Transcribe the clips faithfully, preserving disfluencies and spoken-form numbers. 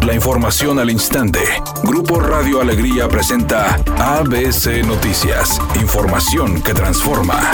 La información al instante. Grupo Radio Alegría presenta A B C Noticias. Información que transforma.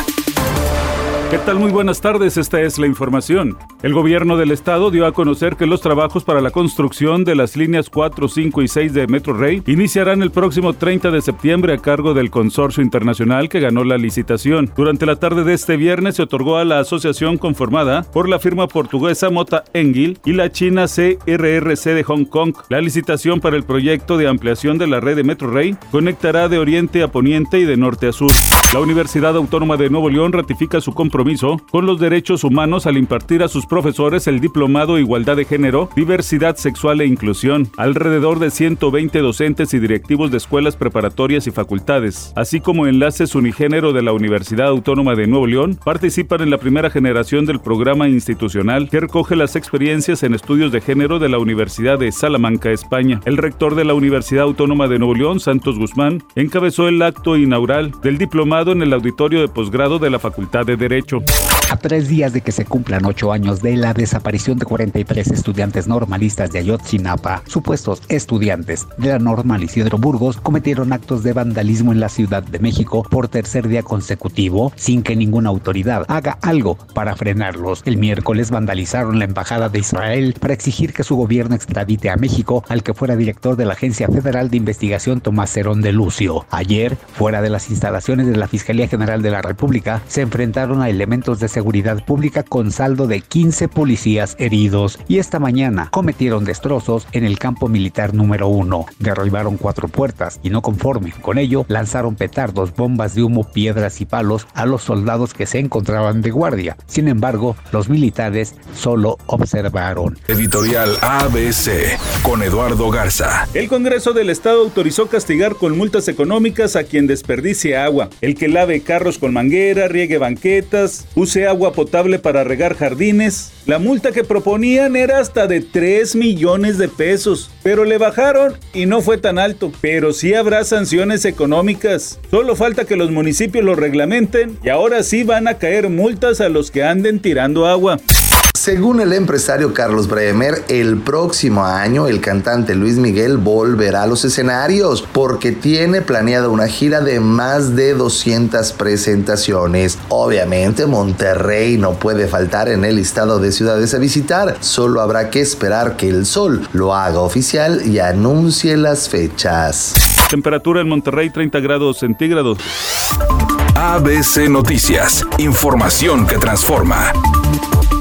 ¿Qué tal? Muy buenas tardes, esta es la información. El gobierno del estado dio a conocer que los trabajos para la construcción de las líneas cuatro, cinco y seis de Metro Rey iniciarán el próximo treinta de septiembre a cargo del consorcio internacional que ganó la licitación. Durante la tarde de este viernes se otorgó a la asociación conformada por la firma portuguesa Mota Engil y la china C R R C de Hong Kong. La licitación para el proyecto de ampliación de la red de Metro Rey conectará de oriente a poniente y de norte a sur. La Universidad Autónoma de Nuevo León ratifica su compromiso con los derechos humanos al impartir a sus profesores el diplomado Igualdad de Género, Diversidad Sexual e Inclusión. Alrededor de ciento veinte docentes y directivos de escuelas preparatorias y facultades, así como enlaces unigénero de la Universidad Autónoma de Nuevo León, participan en la primera generación del programa institucional que recoge las experiencias en estudios de género de la Universidad de Salamanca, España. El rector de la Universidad Autónoma de Nuevo León, Santos Guzmán, encabezó el acto inaugural del diplomado en el auditorio de posgrado de la Facultad de Derecho. A tres días de que se cumplan ocho años de la desaparición de cuarenta y tres estudiantes normalistas de Ayotzinapa, supuestos estudiantes de la Normal Isidro Burgos cometieron actos de vandalismo en la Ciudad de México por tercer día consecutivo sin que ninguna autoridad haga algo para frenarlos. El miércoles vandalizaron la Embajada de Israel para exigir que su gobierno extradite a México al que fuera director de la Agencia Federal de Investigación Tomás Cerón de Lucio. Ayer, fuera de las instalaciones de la Fiscalía General de la República, se enfrentaron a elementos de seguridad pública con saldo de quince policías heridos, y esta mañana cometieron destrozos en el campo militar número uno. Derribaron cuatro puertas y, no conforme con ello, lanzaron petardos, bombas de humo, piedras y palos a los soldados que se encontraban de guardia. Sin embargo, los militares solo observaron. Editorial A B C con Eduardo Garza. El Congreso del Estado autorizó castigar con multas económicas a quien desperdicie agua, el que lave carros con manguera, riegue banquetas, use agua potable para regar jardines. La multa que proponían era hasta de tres millones de pesos, pero le bajaron y no fue tan alto. Pero sí habrá sanciones económicas. Solo falta que los municipios lo reglamenten y ahora sí van a caer multas a los que anden tirando agua. Según el empresario Carlos Bremer, el próximo año el cantante Luis Miguel volverá a los escenarios porque tiene planeada una gira de más de doscientas presentaciones. Obviamente Monterrey no puede faltar en el listado de ciudades a visitar, solo habrá que esperar que el sol lo haga oficial y anuncie las fechas. Temperatura en Monterrey treinta grados centígrados. A B C Noticias, información que transforma.